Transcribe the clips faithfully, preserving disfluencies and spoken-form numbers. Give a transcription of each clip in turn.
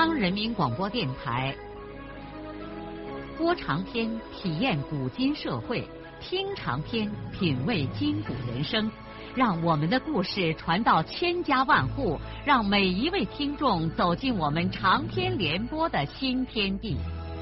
央人民广播电台播长篇，体验古今社会；听长篇，品味今古人生。让我们的故事传到千家万户，让每一位听众走进我们长篇联播的新天地。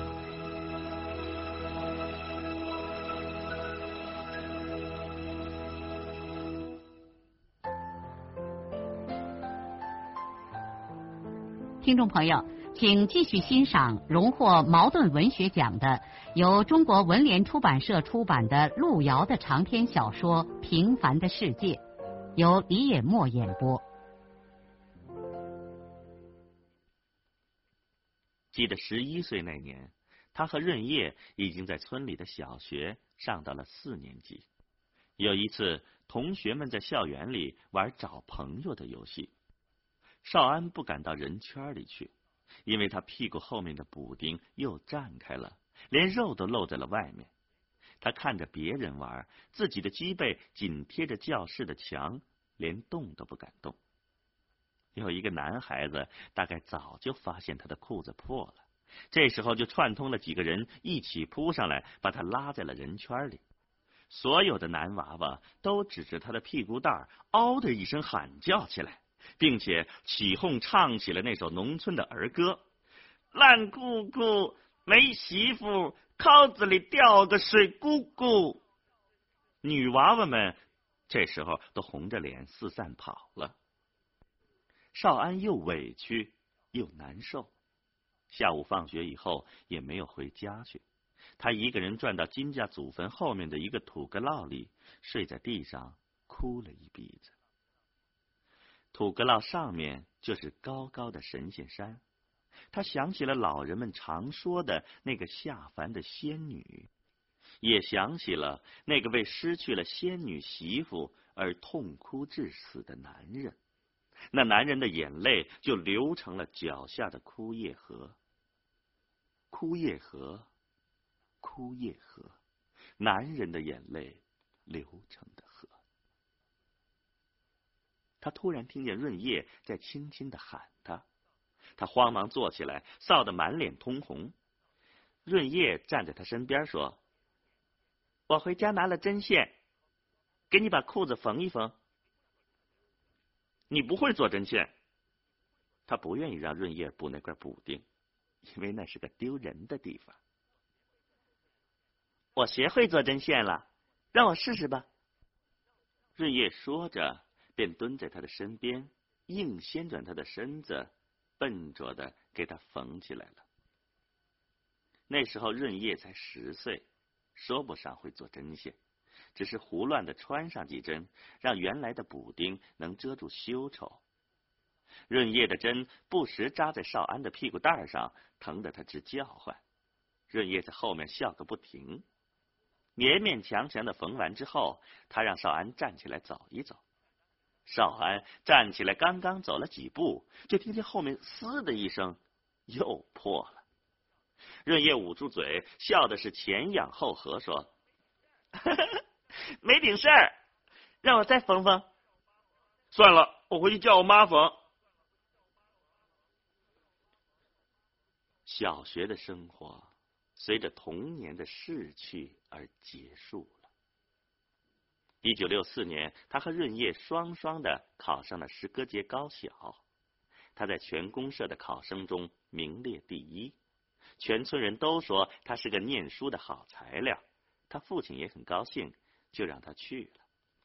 听众朋友，请继续欣赏荣获茅盾文学奖的由中国文联出版社出版的路遥的长篇小说《平凡的世界》，由李野墨演播。 记得十一岁那年，他和润叶已经在村里的小学上到了四年级。有一次，同学们在校园里玩找朋友的游戏。少安不敢到人圈里去，因为他屁股后面的补丁又绽开了，连肉都露在了外面。他看着别人玩，自己的脊背紧贴着教室的墙，连动都不敢动。有一个男孩子大概早就发现他的裤子破了，这时候就串通了几个人一起扑上来，把他拉在了人圈里。所有的男娃娃都指着他的屁股蛋儿嗷的一声喊叫起来，并且起哄唱起了那首农村的儿歌：烂姑姑没媳妇，靠子里掉个水姑姑。女娃娃们这时候都红着脸四散跑了。少安又委屈又难受，下午放学以后也没有回家去，他一个人转到金家祖坟后面的一个土阁涝里，睡在地上哭了一鼻子。土阁涝上面就是高高的神仙山，他想起了老人们常说的那个下凡的仙女，也想起了那个为失去了仙女媳妇而痛哭致死的男人。那男人的眼泪就流成了脚下的枯叶河。枯叶河，枯叶河，男人的眼泪流成的河。他突然听见润叶在轻轻地喊他，他慌忙坐起来，臊得满脸通红。润叶站在他身边说：我回家拿了针线，给你把裤子缝一缝。你不会做针线。他不愿意让润叶补那块补丁，因为那是个丢人的地方。我学会做针线了，让我试试吧。润叶说着便蹲在他的身边，硬掀转他的身子，笨拙的给他缝起来了。那时候润叶才十岁，说不上会做针线，只是胡乱的穿上几针，让原来的补丁能遮住羞丑。润叶的针不时扎在少安的屁股蛋上，疼得他直叫唤。润叶在后面笑个不停。勉勉强强的缝完之后，他让少安站起来走一走。少安站起来刚刚走了几步，就听见后面嘶的一声，又破了。润叶捂住嘴，笑的是前仰后合，说：没顶事儿，让我再缝缝。算了，我回去叫我妈缝。小学的生活随着童年的逝去而结束了。一九六四年，他和润叶双双的考上了诗歌节高小，他在全公社的考生中名列第一，全村人都说他是个念书的好材料，他父亲也很高兴，就让他去了。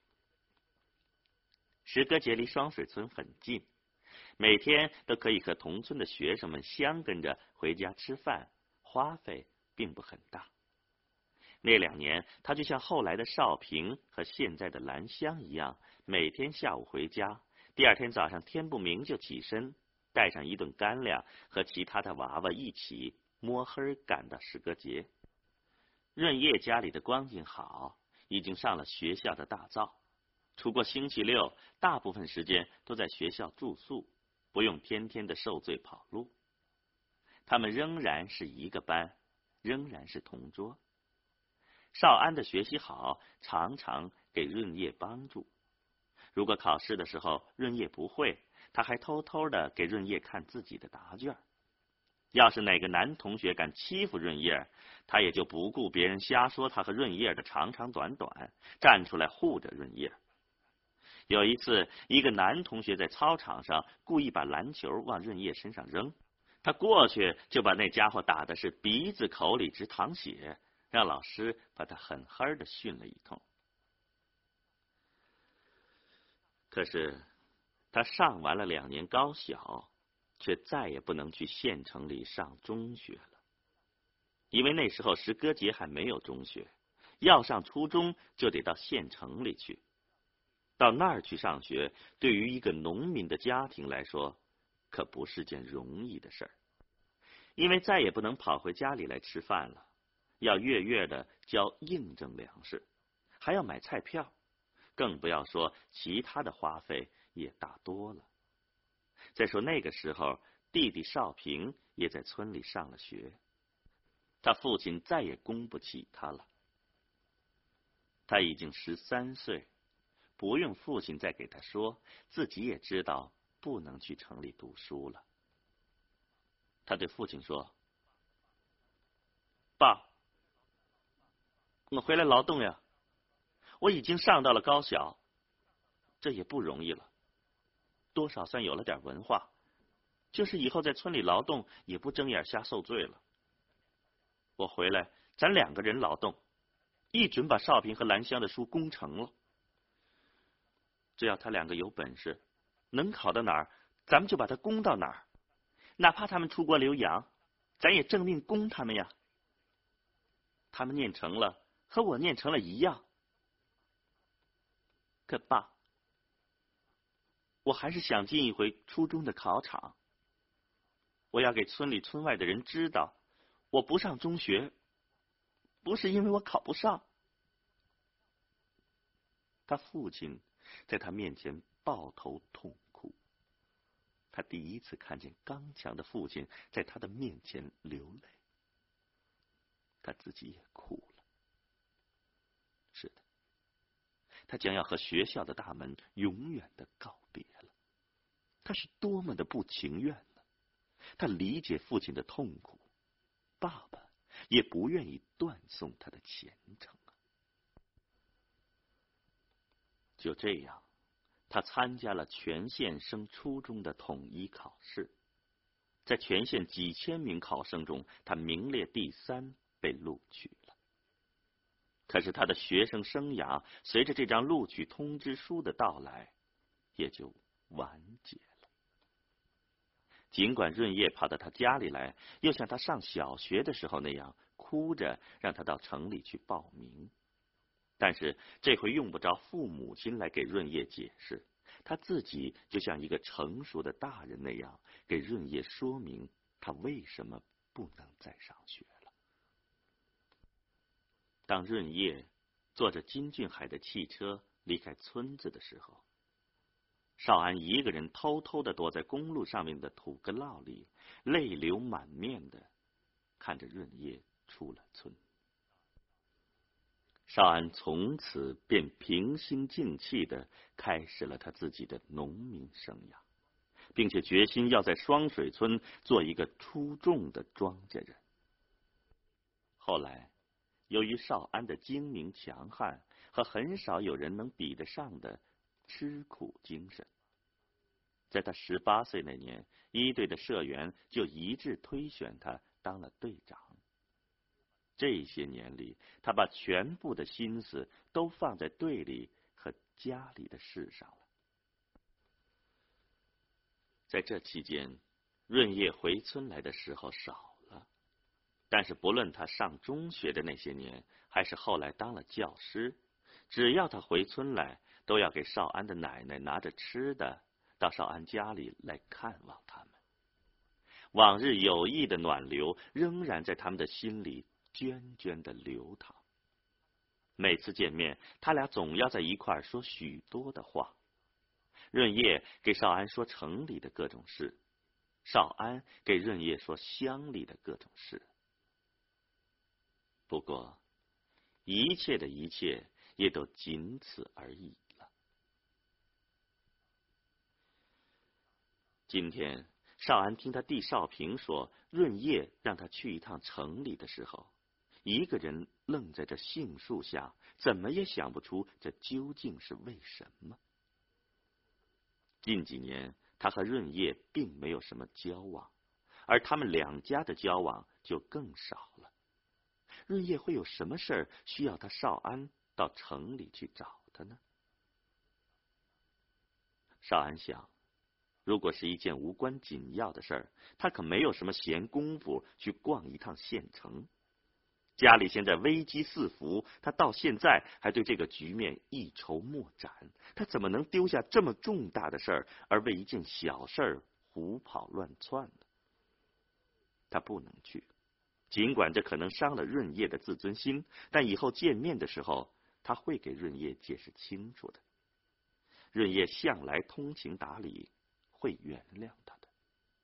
诗歌节离双水村很近，每天都可以和同村的学生们相跟着回家吃饭，花费并不很大。那两年，他就像后来的少平和现在的兰香一样，每天下午回家，第二天早上天不明就起身，带上一顿干粮，和其他的娃娃一起摸黑赶到诗歌节。润叶家里的光景好，已经上了学校的大灶，除过星期六，大部分时间都在学校住宿，不用天天的受罪跑路。他们仍然是一个班，仍然是同桌。少安的学习好，常常给润叶帮助。如果考试的时候润叶不会，他还偷偷的给润叶看自己的答卷。 要是哪个男同学敢欺负润叶，他也就不顾别人瞎说他和润叶的长长短短，站出来护着润叶。有一次，一个男同学在操场上故意把篮球往润叶身上扔，他过去就把那家伙打的是鼻子口里直淌血，让老师把他狠狠的训了一通。可是他上完了两年高小，却再也不能去县城里上中学了，因为那时候石歌节还没有中学，要上初中就得到县城里去。到那儿去上学，对于一个农民的家庭来说，可不是件容易的事儿，因为再也不能跑回家里来吃饭了，要月月的交应征粮食，还要买菜票，更不要说其他的花费也大多了。再说那个时候，弟弟少平也在村里上了学，他父亲再也供不起他了。他已经十三岁，不用父亲再给他说，自己也知道不能去城里读书了。他对父亲说：“爸，我回来劳动呀，我已经上到了高小，这也不容易了，多少算有了点文化，就是以后在村里劳动也不睁眼瞎受罪了。我回来，咱两个人劳动，一准把少平和兰香的书攻成了。只要他两个有本事，能考到哪儿，咱们就把他攻到哪儿，哪怕他们出国留洋，咱也正命攻他们呀。他们念成了，和我念成了一样。可爸，我还是想进一回初中的考场。我要给村里村外的人知道，我不上中学，不是因为我考不上。”他父亲在他面前抱头痛哭，他第一次看见刚强的父亲在他的面前流泪，他自己也哭了。是的，他将要和学校的大门永远的告别了，他是多么的不情愿呢！他理解父亲的痛苦，爸爸也不愿意断送他的前程啊。就这样，他参加了全县升初中的统一考试，在全县几千名考生中，他名列第三，被录取了。可是他的学生生涯随着这张录取通知书的到来，也就完结了。尽管润叶跑到他家里来，又像他上小学的时候那样，哭着让他到城里去报名，但是这回用不着父母亲来给润叶解释，他自己就像一个成熟的大人那样，给润叶说明他为什么不能再上学了。当润叶坐着金俊海的汽车离开村子的时候，少安一个人偷偷的躲在公路上面的土埂涝里，泪流满面的看着润叶出了村。少安从此便平心静气的开始了他自己的农民生涯，并且决心要在双水村做一个出众的庄稼人。后来，由于少安的精明强悍和很少有人能比得上的吃苦精神，在他十八岁那年，一队的社员就一致推选他当了队长。这些年里，他把全部的心思都放在队里和家里的事上了。在这期间，润叶回村来的时候少了，但是不论他上中学的那些年，还是后来当了教师，只要他回村来，都要给少安的奶奶拿着吃的到少安家里来看望他们。往日友谊的暖流仍然在他们的心里涓涓的流淌。每次见面，他俩总要在一块儿说许多的话。润叶给少安说城里的各种事，少安给润叶说乡里的各种事。不过，一切的一切也都仅此而已了。今天， 少安听他弟少平说润叶让他去一趟城里的时候，一个人愣在这杏树下，怎么也想不出这究竟是为什么。近几年他和润叶并没有什么交往，而他们两家的交往就更少了。润叶会有什么事儿需要他少安到城里去找他呢？少安想，如果是一件无关紧要的事儿，他可没有什么闲工夫去逛一趟县城。家里现在危机四伏，他到现在还对这个局面一筹莫展，他怎么能丢下这么重大的事儿，而为一件小事儿胡跑乱窜呢？他不能去，尽管这可能伤了润叶的自尊心，但以后见面的时候，他会给润叶解释清楚的。润叶向来通情达理，会原谅他的。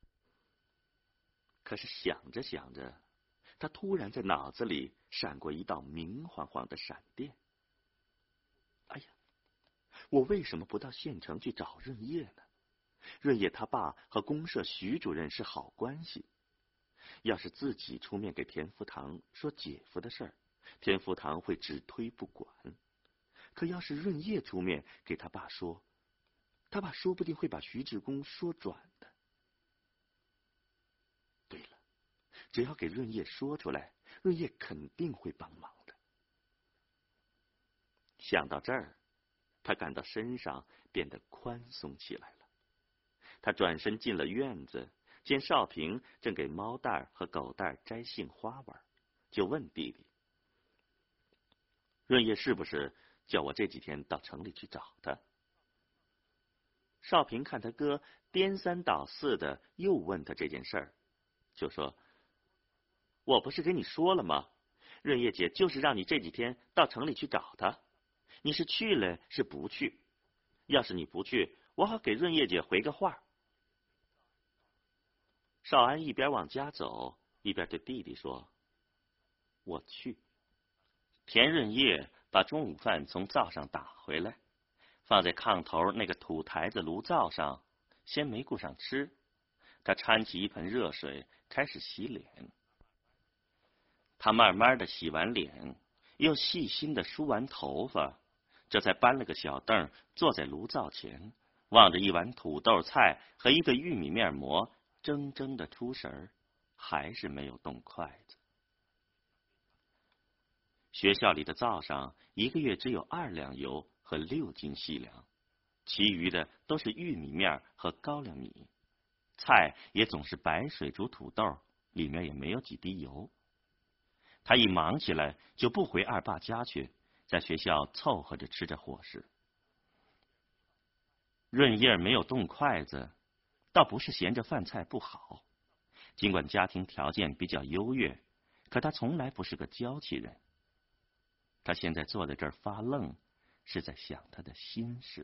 可是想着想着，他突然在脑子里闪过一道明晃晃的闪电。哎呀，我为什么不到县城去找润叶呢？润叶他爸和公社徐主任是好关系，要是自己出面给田福堂说姐夫的事儿，田福堂会只推不管。可要是润叶出面给他爸说，他爸说不定会把徐志公说转的。对了，只要给润叶说出来，润叶肯定会帮忙的。想到这儿，他感到身上变得宽松起来了。他转身进了院子，见少平正给猫蛋和狗蛋摘杏花玩，就问弟弟：“润叶是不是叫我这几天到城里去找他？”少平看他哥颠三倒四的又问他这件事儿，就说：“我不是跟你说了吗？润叶姐就是让你这几天到城里去找他，你是去了是不去？要是你不去，我好给润叶姐回个话。”少安一边往家走，一边对弟弟说：“我去。”田润叶把中午饭从灶上打回来，放在炕头那个土台子炉灶上，先没顾上吃。他搀起一盆热水，开始洗脸。他慢慢的洗完脸，又细心的梳完头发，这才搬了个小凳，坐在炉灶前，望着一碗土豆菜和一个玉米面馍，怔怔的出神，还是没有动筷子。学校里的灶上一个月只有二两油和六斤细粮，其余的都是玉米面和高粱米，菜也总是白水煮土豆，里面也没有几滴油。他一忙起来就不回二爸家去，在学校凑合着吃着伙食。润叶没有动筷子，倒不是嫌着饭菜不好，尽管家庭条件比较优越，可他从来不是个娇气人。他现在坐在这儿发愣，是在想他的心事。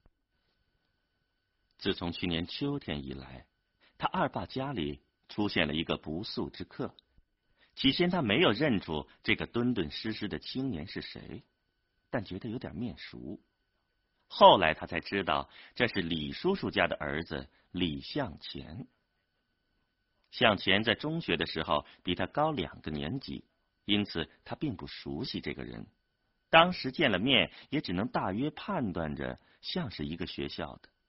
自从去年秋天以来，他二爸家里出现了一个不速之客。起先他没有认出这个敦敦实实的青年是谁，但觉得有点面熟。后来他才知道，这是李叔叔家的儿子李向前。向前在中学的时候比他高两个年级，因此他并不熟悉这个人。当时见了面，也只能大约判断着像是一个学校的。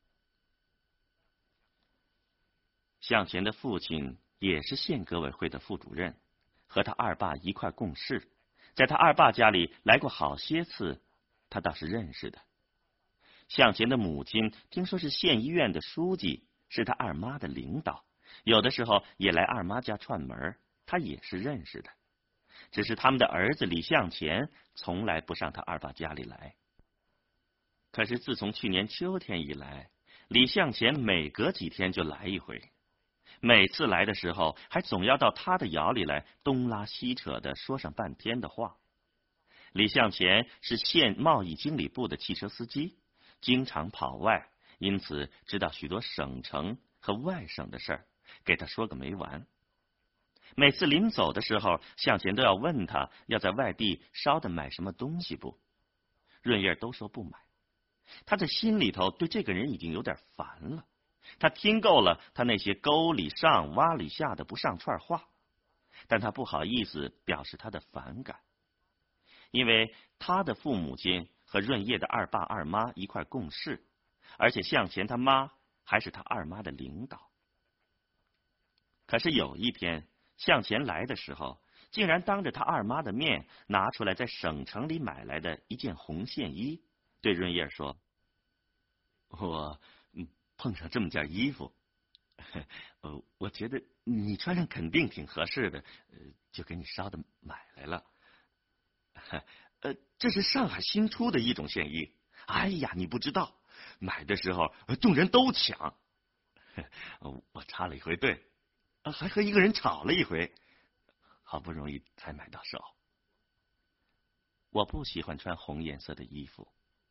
向前的父亲也是县革委会的副主任，和他二爸一块共事，在他二爸家里来过好些次，他倒是认识的。向前的母亲听说是县医院的书记，是他二妈的领导，有的时候也来二妈家串门，他也是认识的。只是他们的儿子李向前从来不上他二爸家里来。可是自从去年秋天以来，李向前每隔几天就来一回，每次来的时候还总要到他的窑里来东拉西扯的说上半天的话。李向前是县贸易经理部的汽车司机，经常跑外，因此知道许多省城和外省的事儿，给他说个没完。每次临走的时候，向前都要问他要在外地捎的买什么东西不，润叶都说不买。他在心里头对这个人已经有点烦了， 他听够了他那些沟里上洼里下的不上串话，但他不好意思表示他的反感，因为他的父母亲和润叶的二爸二妈一块共事，而且向前他妈还是他二妈的领导。可是有一天向前来的时候，竟然当着他二妈的面拿出来在省城里买来的一件红线衣，对润叶说：“我碰上这么件衣服，呃，我觉得你穿上肯定挺合适的，呃，就给你捎的买来了。呃，这是上海新出的一种线衣，哎呀，你不知道，买的时候众人都抢，我插了一回队，还和一个人吵了一回，好不容易才买到手。我不喜欢穿红颜色的衣服。”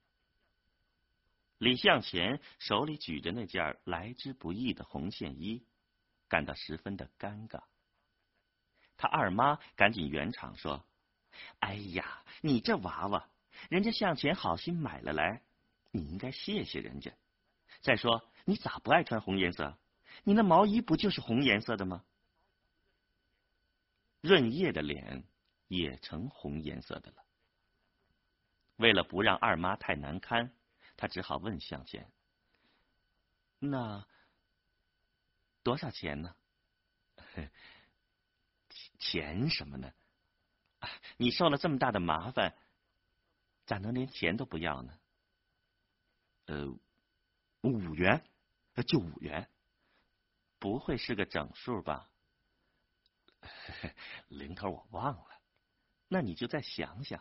李向前手里举着那件来之不易的红线衣，感到十分的尴尬。他二妈赶紧圆场说：“哎呀，你这娃娃，人家向前好心买了来，你应该谢谢人家。再说，你咋不爱穿红颜色？你那毛衣不就是红颜色的吗？”润叶的脸也成红颜色的了。为了不让二妈太难堪，他只好问向前：“那多少钱呢？”“钱什么呢？你受了这么大的麻烦，咋能连钱都不要呢？”“呃，五元，就五元。不会是个整数吧？”“零头我忘了，那你就再想想。”“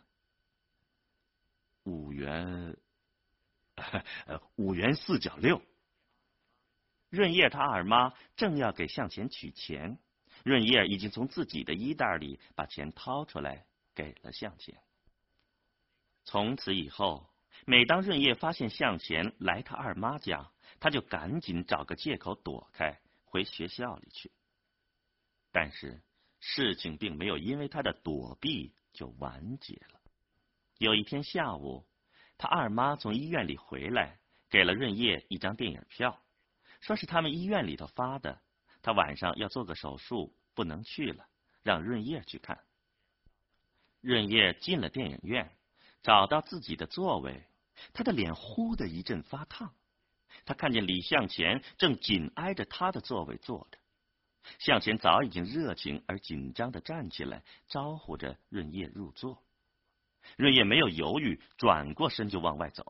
五元。”“五元四角六。”润叶他二妈正要给向前取钱，润叶已经从自己的衣袋里把钱掏出来给了向前。从此以后，每当润叶发现向前来他二妈家，他就赶紧找个借口躲开，回学校里去。但是事情并没有因为他的躲避就完结了。有一天下午，他二妈从医院里回来，给了润叶一张电影票，说是他们医院里头发的，他晚上要做个手术，不能去了，让润叶去看。润叶进了电影院，找到自己的座位，他的脸忽的一阵发烫。他看见李向前正紧挨着他的座位坐着，向前早已经热情而紧张地站起来，招呼着润叶入座。润叶没有犹豫，转过身就往外走。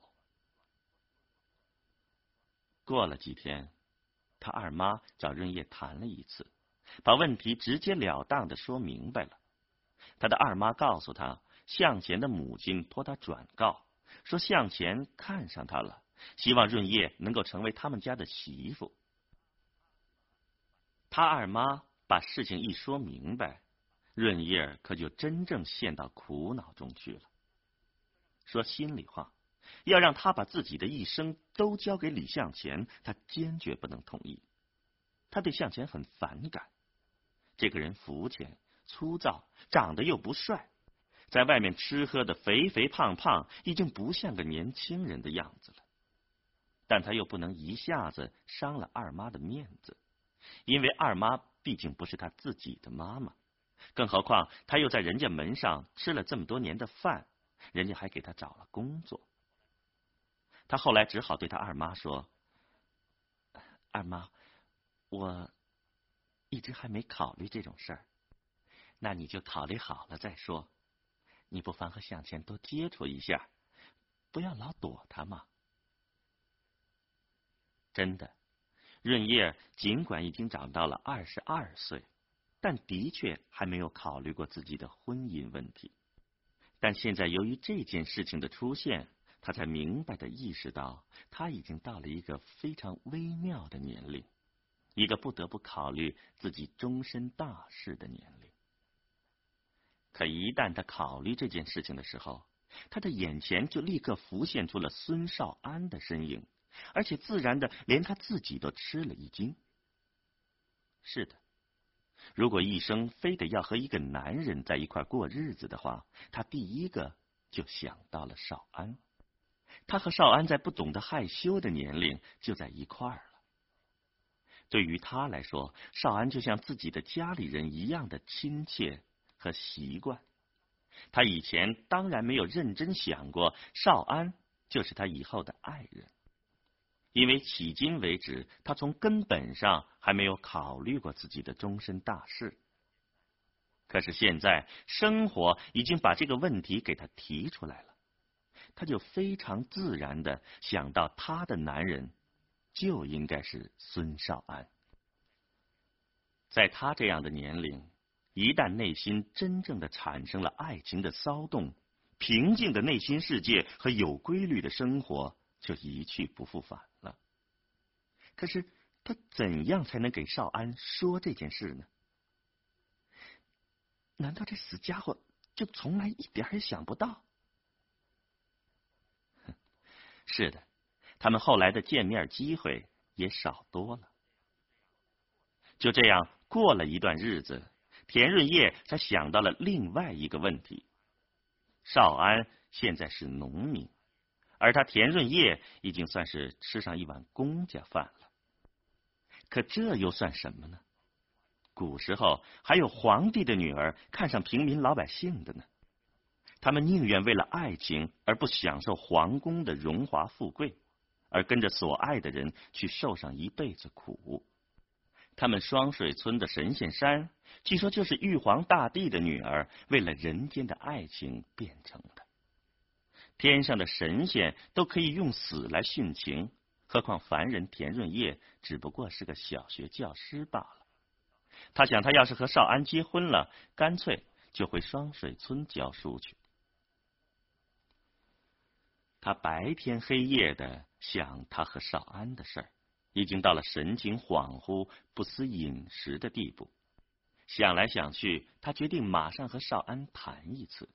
过了几天，他二妈找润叶谈了一次，把问题直截了当地说明白了。他的二妈告诉他，向前的母亲托他转告，说向前看上他了，希望润叶能够成为他们家的媳妇。他二妈把事情一说明白，润叶可就真正陷到苦恼中去了。说心里话，要让他把自己的一生都交给李向前，他坚决不能同意。他对向前很反感，这个人肤浅、粗糙，长得又不帅，在外面吃喝的肥肥胖胖，已经不像个年轻人的样子了。但他又不能一下子伤了二妈的面子，因为二妈毕竟不是他自己的妈妈，更何况他又在人家门上吃了这么多年的饭，人家还给他找了工作。他后来只好对他二妈说：“二妈，我一直还没考虑这种事儿，那你就考虑好了再说。你不妨和向前多接触一下，不要老躲他嘛。”真的，润叶尽管已经长到了二十二岁，但的确还没有考虑过自己的婚姻问题。但现在由于这件事情的出现，他才明白地意识到，他已经到了一个非常微妙的年龄，一个不得不考虑自己终身大事的年龄。可一旦他考虑这件事情的时候，他的眼前就立刻浮现出了孙少安的身影，而且自然的连他自己都吃了一惊。是的，如果一生非得要和一个男人在一块过日子的话，他第一个就想到了少安。他和少安在不懂得害羞的年龄就在一块儿了。 对于他来说，少安就像自己的家里人一样的亲切和习惯。他以前当然没有认真想过少安就是他以后的爱人，因为迄今为止，他从根本上还没有考虑过自己的终身大事。可是现在，生活已经把这个问题给他提出来了，他就非常自然的想到他的男人就应该是孙少安。在他这样的年龄，一旦内心真正的产生了爱情的骚动，平静的内心世界和有规律的生活就一去不复返了。可是他怎样才能给少安说这件事呢？难道这死家伙就从来一点也想不到？是的，他们后来的见面机会也少多了。就这样过了一段日子，田润叶才想到了另外一个问题：少安现在是农民，而他田润叶已经算是吃上一碗公家饭了。可这又算什么呢？古时候还有皇帝的女儿看上平民老百姓的呢，他们宁愿为了爱情而不享受皇宫的荣华富贵，而跟着所爱的人去受上一辈子苦。他们双水村的神仙山，据说就是玉皇大帝的女儿为了人间的爱情变成的。天上的神仙都可以用死来殉情，何况凡人田润叶只不过是个小学教师罢了。他想，他要是和少安结婚了，干脆就回双水村教书去。他白天黑夜的想他和少安的事儿，已经到了神情恍惚、不思饮食的地步。想来想去，他决定马上和少安谈一次。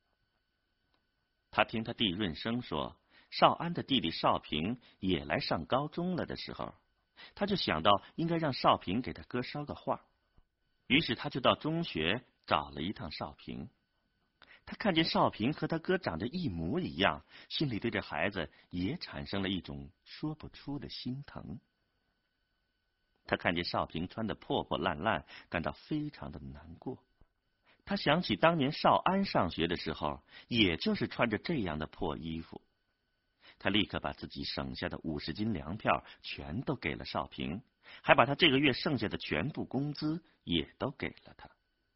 他听他弟润生说，少安的弟弟少平也来上高中了的时候，他就想到应该让少平给他哥捎个话。于是他就到中学找了一趟少平。他看见少平和他哥长得一模一样，心里对这孩子也产生了一种说不出的心疼。他看见少平穿得破破烂烂，感到非常的难过。他想起当年少安上学的时候，也就是穿着这样的破衣服。他立刻把自己省下的五十斤粮票全都给了少平，还把他这个月剩下的全部工资也都给了他。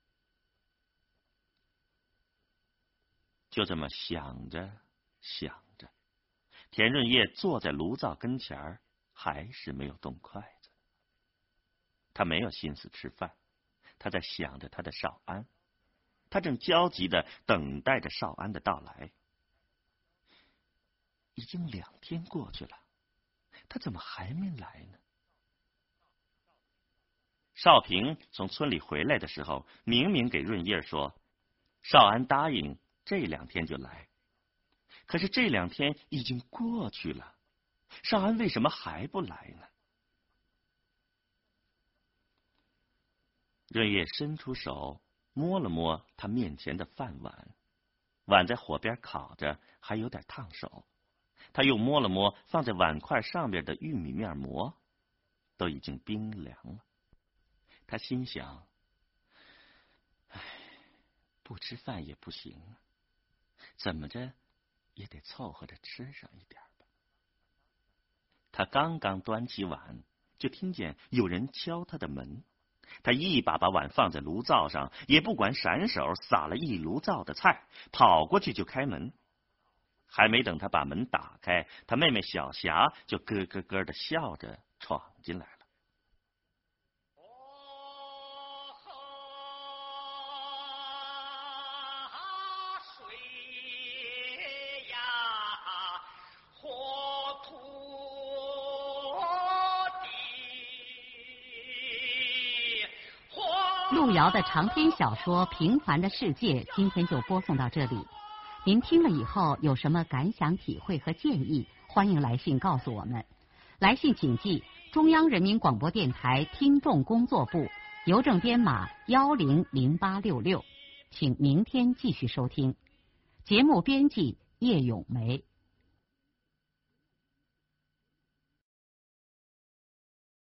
就这么想着想着，田润叶坐在炉灶跟前儿，还是没有动筷子。他没有心思吃饭，他在想着他的少安，他正焦急的等待着少安的到来。已经两天过去了，他怎么还没来呢？少平从村里回来的时候，明明给润叶说，少安答应这两天就来。可是这两天已经过去了，少安为什么还不来呢？润叶伸出手摸了摸他面前的饭碗，碗在火边烤着，还有点烫手。他又摸了摸放在碗筷上边的玉米面膜，都已经冰凉了。他心想，唉，不吃饭也不行，怎么着也得凑合着吃上一点吧。他刚刚端起碗，就听见有人敲他的门。他一把把碗放在炉灶上，也不管闪手，撒了一炉灶的菜，跑过去就开门。还没等他把门打开，他妹妹小霞就咯咯咯的笑着闯进来了。 路遥的长篇小说《平凡的世界》今天就播送到这里。您听了以后有什么感想、体会和建议，欢迎来信告诉我们。来信请寄中央人民广播电台听众工作部，邮政编码幺零零八六六。请明天继续收听。节目编辑叶咏梅。